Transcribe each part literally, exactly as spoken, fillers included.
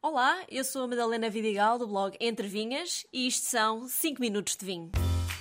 Olá, eu sou a Madalena Vidigal do blog Entre Vinhas e isto são cinco minutos de vinho.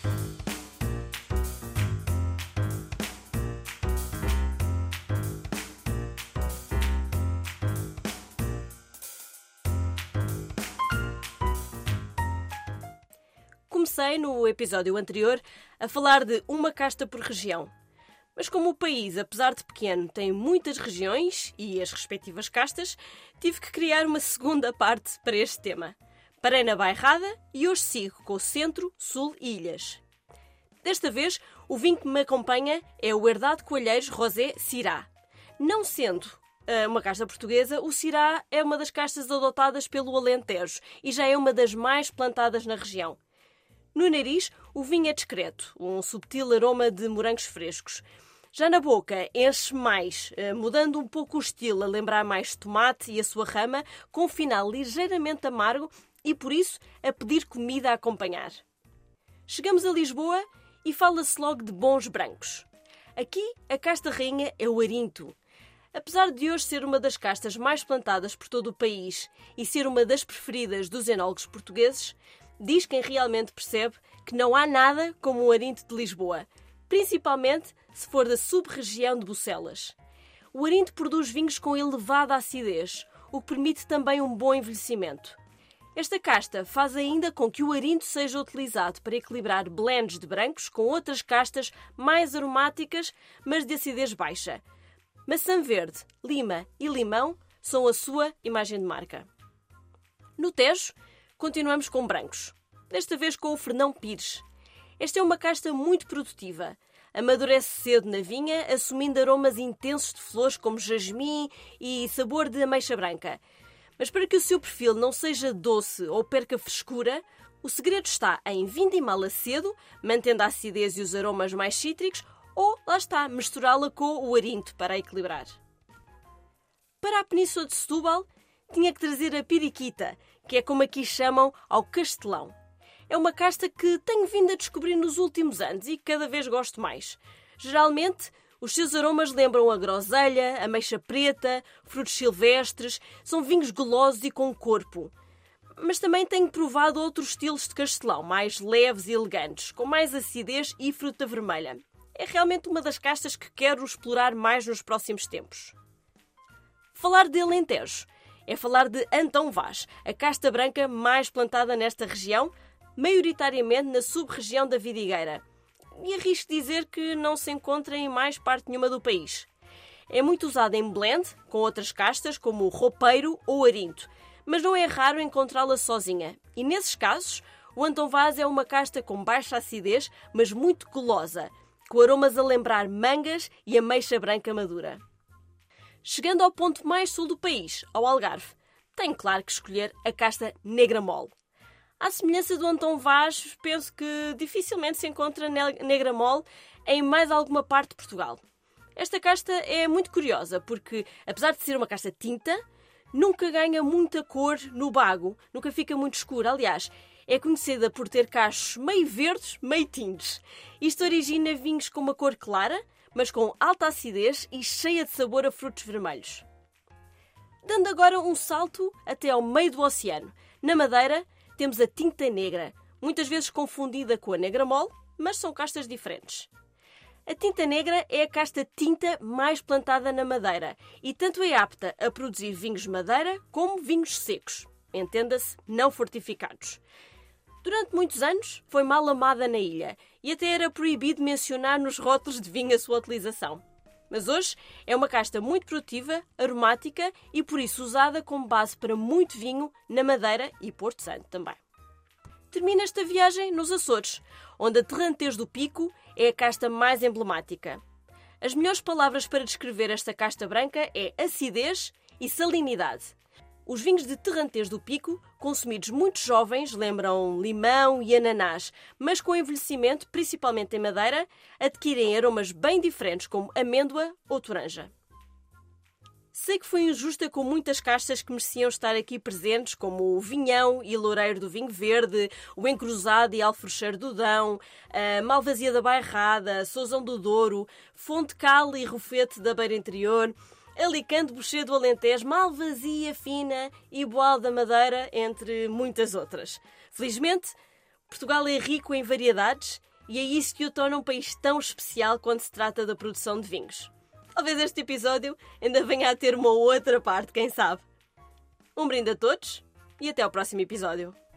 Comecei no episódio anterior a falar de uma casta por região. Mas como o país, apesar de pequeno, tem muitas regiões e as respectivas castas, tive que criar uma segunda parte para este tema. Parei na Bairrada e hoje sigo com o Centro, Sul e Ilhas. Desta vez, o vinho que me acompanha é o Herdade Coalheiros Rosé Syrah. Não sendo uh, uma casta portuguesa, o Syrah é uma das castas adotadas pelo Alentejo e já é uma das mais plantadas na região. No nariz, o vinho é discreto, um subtil aroma de morangos frescos. Já na boca, enche mais, mudando um pouco o estilo, a lembrar mais tomate e a sua rama, com um final ligeiramente amargo e, por isso, a pedir comida a acompanhar. Chegamos a Lisboa e fala-se logo de bons brancos. Aqui, a casta rainha é o Arinto. Apesar de hoje ser uma das castas mais plantadas por todo o país e ser uma das preferidas dos enólogos portugueses, diz quem realmente percebe que não há nada como o Arinto de Lisboa, principalmente se for da sub-região de Bucelas. O Arinto produz vinhos com elevada acidez, o que permite também um bom envelhecimento. Esta casta faz ainda com que o Arinto seja utilizado para equilibrar blends de brancos com outras castas mais aromáticas, mas de acidez baixa. Maçã verde, lima e limão são a sua imagem de marca. No Tejo, continuamos com brancos, desta vez com o Fernão Pires. Esta é uma casta muito produtiva. Amadurece cedo na vinha, assumindo aromas intensos de flores como jasmim e sabor de ameixa branca. Mas para que o seu perfil não seja doce ou perca frescura, o segredo está em vindimá-la cedo, mantendo a acidez e os aromas mais cítricos, ou, lá está, misturá-la com o Arinto para equilibrar. Para a Península de Setúbal, tinha que trazer a Piriquita, que é como aqui chamam ao Castelão. É uma casta que tenho vindo a descobrir nos últimos anos e cada vez gosto mais. Geralmente, os seus aromas lembram a groselha, ameixa preta, frutos silvestres, são vinhos golosos e com corpo. Mas também tenho provado outros estilos de Castelão, mais leves e elegantes, com mais acidez e fruta vermelha. É realmente uma das castas que quero explorar mais nos próximos tempos. Falar de Alentejo é falar de Antão Vaz, a casta branca mais plantada nesta região, maioritariamente na sub-região da Vidigueira. E arrisco dizer que não se encontra em mais parte nenhuma do país. É muito usada em blend, com outras castas, como o roupeiro ou arinto, mas não é raro encontrá-la sozinha. E nesses casos, o Antão Vaz é uma casta com baixa acidez, mas muito golosa, com aromas a lembrar mangas e ameixa branca madura. Chegando ao ponto mais sul do país, ao Algarve, tenho claro que escolher a casta Negra Mole. À semelhança do Antão Vaz, penso que dificilmente se encontra Negra Mole em mais alguma parte de Portugal. Esta casta é muito curiosa porque, apesar de ser uma casta tinta, nunca ganha muita cor no bago, nunca fica muito escura. Aliás, é conhecida por ter cachos meio verdes, meio tintos. Isto origina vinhos com uma cor clara, mas com alta acidez e cheia de sabor a frutos vermelhos. Dando agora um salto até ao meio do oceano. Na Madeira, temos a Tinta Negra, muitas vezes confundida com a Negra Mole, mas são castas diferentes. A Tinta Negra é a casta tinta mais plantada na Madeira e tanto é apta a produzir vinhos de madeira como vinhos secos, entenda-se, não fortificados. Durante muitos anos foi mal amada na ilha e até era proibido mencionar nos rótulos de vinho a sua utilização. Mas hoje é uma casta muito produtiva, aromática e por isso usada como base para muito vinho na Madeira e Porto Santo também. Termina esta viagem nos Açores, onde a Terrantez do Pico é a casta mais emblemática. As melhores palavras para descrever esta casta branca é acidez e salinidade. Os vinhos de Terrantez do Pico, consumidos muito jovens, lembram limão e ananás, mas com envelhecimento, principalmente em madeira, adquirem aromas bem diferentes como amêndoa ou toranja. Sei que fui injusta com muitas castas que mereciam estar aqui presentes, como o Vinhão e Loureiro do Vinho Verde, o Encruzado e Alfrocheiro do Dão, a Malvasia da Bairrada, Sousão do Douro, Fonte Cal e Rofete da Beira Interior, Alicante, Buxê do Alentejo, Malvasia Fina e Boal da Madeira, entre muitas outras. Felizmente, Portugal é rico em variedades e é isso que o torna um país tão especial quando se trata da produção de vinhos. Talvez este episódio ainda venha a ter uma outra parte, quem sabe. Um brinde a todos e até ao próximo episódio.